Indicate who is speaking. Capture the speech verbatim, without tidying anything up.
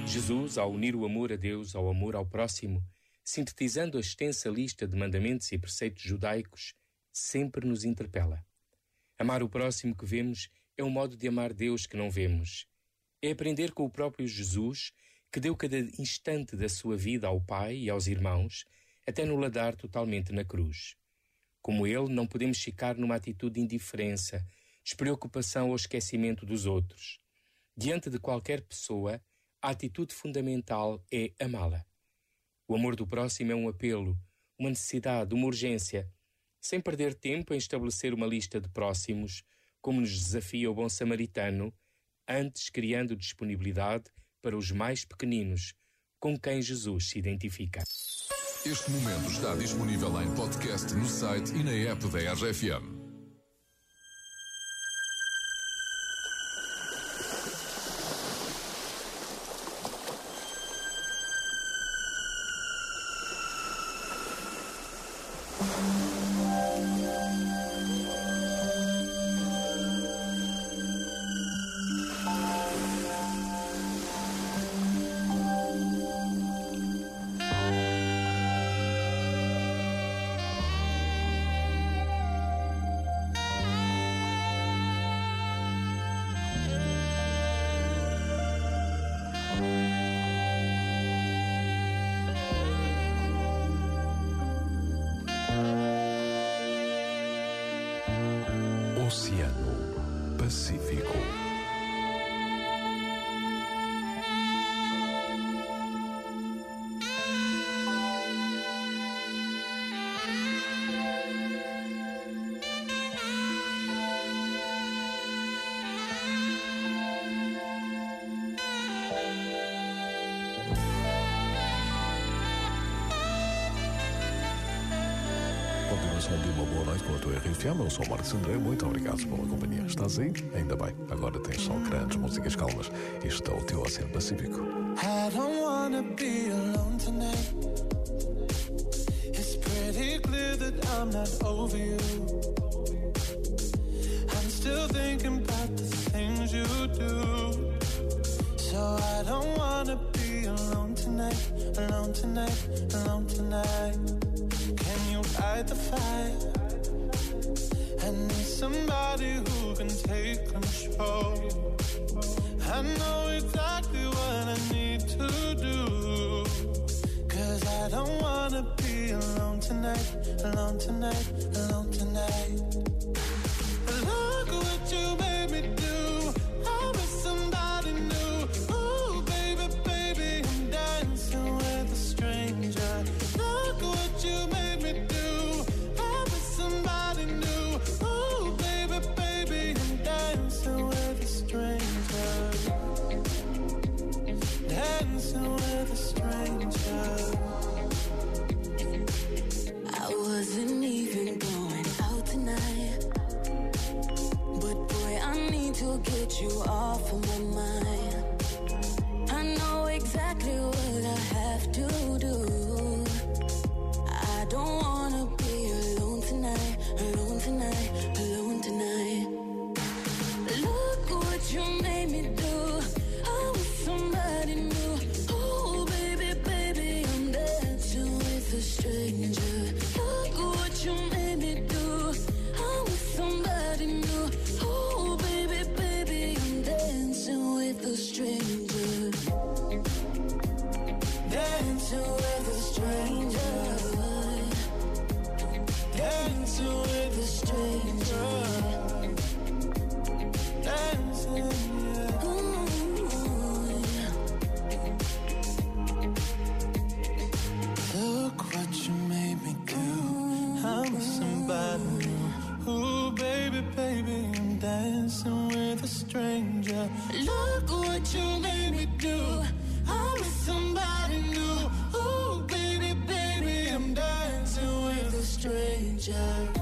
Speaker 1: Jesus, ao unir o amor a Deus ao amor ao próximo, sintetizando a extensa lista de mandamentos e preceitos judaicos, sempre nos interpela. Amar o próximo que vemos é um modo de amar Deus que não vemos. É aprender com o próprio Jesus, que deu cada instante da sua vida ao Pai e aos irmãos, até no ladar totalmente na cruz. Como ele, não podemos ficar numa atitude de indiferença, despreocupação ou esquecimento dos outros. Diante de qualquer pessoa, a atitude fundamental é amá-la. O amor do próximo é um apelo, uma necessidade, uma urgência, sem perder tempo em estabelecer uma lista de próximos, como nos desafia o bom samaritano, antes criando disponibilidade para os mais pequeninos, com quem Jesus se identifica.
Speaker 2: Este momento está disponível em podcast no site e na app da R J F M.
Speaker 3: Oceano Pacífico. Continuação de uma boa noite com a tua R F M. Eu sou o Marcos André, muito obrigado pela companhia. Estás aí? Ainda bem. Agora tens só grandes músicas calmas. Este é o teu Oceano Pacífico.
Speaker 4: I don't wanna be alone tonight. It's pretty clear that I'm not over you. I'm still thinking about the things you do. So I don't wanna be alone tonight, alone tonight, alone tonight. Can you fight the fire? I need somebody who can take control. I know exactly what I need to do. Cause I don't wanna be alone tonight, alone tonight, alone tonight. Look what you made me do. I'm with somebody new. Ooh, baby, baby, I'm dancing with a stranger. Look what you made me do. I'm with somebody new. Ooh, baby, baby, I'm dancing with a stranger. Dancing with a stranger.
Speaker 5: I wasn't even going out tonight, but boy, I need to get you off of my mind. I know exactly what I have to do. I don't wanna be alone tonight, alone tonight, alone tonight. Look what you made me do. I'm with somebody new. Oh, baby, baby, I'm dancing with a stranger. Look what you made me do. I'm with somebody new. Oh, baby, baby, I'm dancing with a stranger.
Speaker 4: Dancing with a stranger. Dancing with a stranger. Dancing, yeah.
Speaker 5: Ooh, yeah.
Speaker 4: Look what you made me do. I'm with somebody new. Ooh, baby, baby, I'm dancing with a stranger. Look what you made me do. I'm with somebody new. Ooh, baby, baby, I'm dancing with a stranger.